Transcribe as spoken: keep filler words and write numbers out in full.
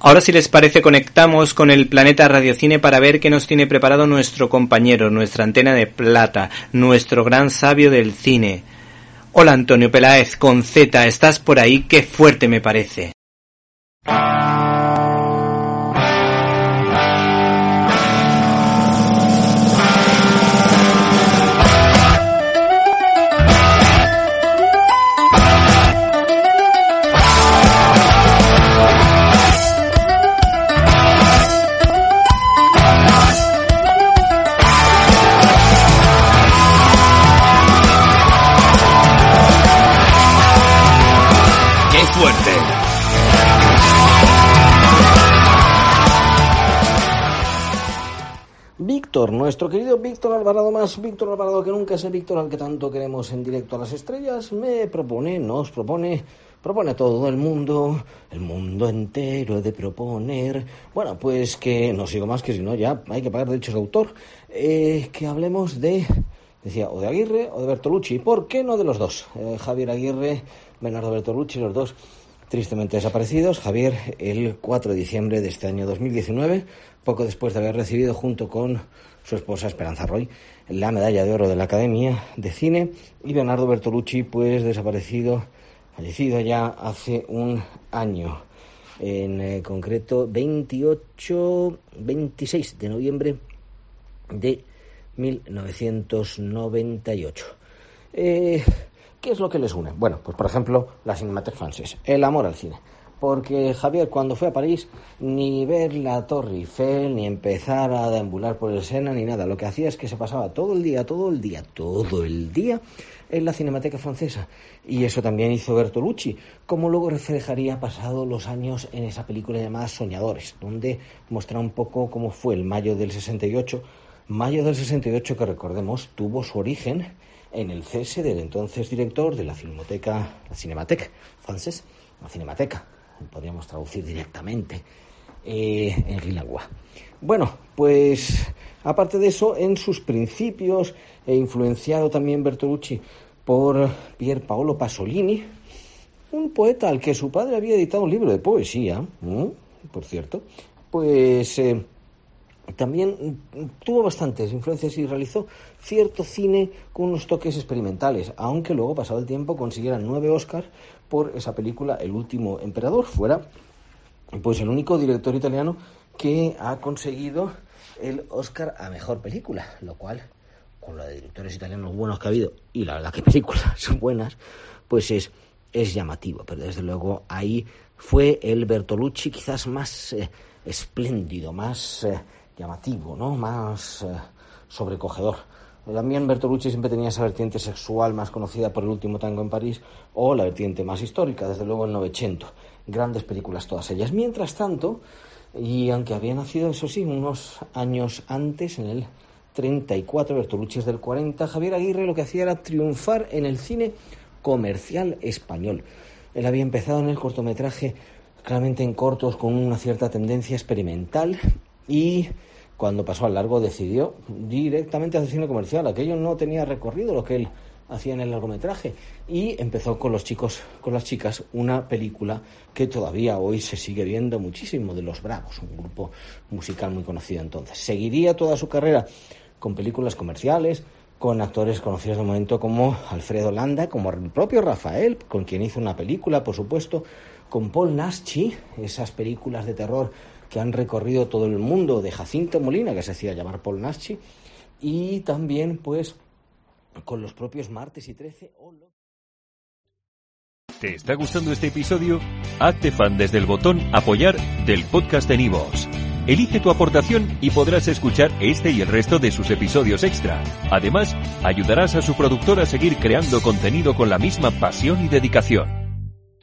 Ahora, si les parece, conectamos con el planeta Radiocine para ver qué nos tiene preparado nuestro compañero, nuestra antena de plata, nuestro gran sabio del cine. Hola, Antonio Peláez, con Z, ¿estás por ahí? ¡Qué fuerte me parece! Víctor, nuestro querido Víctor Alvarado, más Víctor Alvarado que nunca, ese Víctor al que tanto queremos en Directo a las Estrellas, me propone, nos propone, propone a todo el mundo, el mundo entero de proponer, bueno, pues que no sigo más, que si no ya hay que pagar derechos de autor, eh, que hablemos de, decía, o de Aguirre o de Bertolucci, ¿por qué no de los dos? Eh, Javier Aguirre, Bernardo Bertolucci, los dos tristemente desaparecidos. Javier, el cuatro de diciembre de este año dos mil diecinueve, poco después de haber recibido junto con su esposa Esperanza Roy la medalla de oro de la Academia de Cine, y Bernardo Bertolucci, pues desaparecido, fallecido ya hace un año, en eh, concreto veintiocho, veintiséis de noviembre de mil novecientos noventa y ocho. Eh... ¿Qué es lo que les une? Bueno, pues por ejemplo, la Cinémathèque Française, el amor al cine. Porque Javier, cuando fue a París, ni ver la Torre Eiffel, ni empezar a deambular por el Sena, ni nada. Lo que hacía es que se pasaba todo el día, todo el día, todo el día en la Cinemateca Francesa. Y eso también hizo Bertolucci, como luego reflejaría pasado los años en esa película llamada Soñadores, donde muestra un poco cómo fue el mayo del sesenta y ocho. Mayo del sesenta y ocho, que recordemos, tuvo su origen en el cese del entonces director de la Filmoteca, la Cinémathèque Française, la Cinemateca, podríamos traducir directamente, eh, Henri Langlois. Bueno, pues aparte de eso, en sus principios, e influenciado también Bertolucci por Pier Paolo Pasolini, un poeta al que su padre había editado un libro de poesía, ¿eh? por cierto, pues Eh, también tuvo bastantes influencias y realizó cierto cine con unos toques experimentales, aunque luego, pasado el tiempo, consiguiera nueve Oscars por esa película El último emperador. Fuera pues el único director italiano que ha conseguido el Oscar a mejor película, lo cual, con lo de directores italianos buenos que ha habido, y la verdad que películas son buenas, pues es, es llamativo. Pero desde luego ahí fue el Bertolucci quizás más eh, espléndido, más eh, llamativo, ¿no? Más eh, sobrecogedor. También Bertolucci siempre tenía esa vertiente sexual más conocida por El último tango en París, o la vertiente más histórica, desde luego el Novecento. Grandes películas todas ellas. Mientras tanto, y aunque había nacido, eso sí, unos años antes, en el treinta y cuatro, Bertolucci es del cuarenta, Javier Aguirre lo que hacía era triunfar en el cine comercial español. Él había empezado en el cortometraje, claramente en cortos, con una cierta tendencia experimental, y cuando pasó al largo decidió directamente hacer cine comercial. Aquello no tenía recorrido lo que él hacía en el largometraje, y empezó con los chicos, con las chicas, una película que todavía hoy se sigue viendo muchísimo, de Los Bravos, un grupo musical muy conocido entonces. Seguiría toda su carrera con películas comerciales, con actores conocidos de momento como Alfredo Landa, como el propio Rafael, con quien hizo una película, por supuesto, con Paul Naschy, esas películas de terror que han recorrido todo el mundo, de Jacinto Molina, que se hacía llamar Paul Naschy, y también pues con los propios Martes y trece. O lo... ¿Te está gustando este episodio? Hazte fan desde el botón Apoyar del podcast de Nivos. Elige tu aportación y podrás escuchar este y el resto de sus episodios extra. Además, ayudarás a su productor a seguir creando contenido con la misma pasión y dedicación.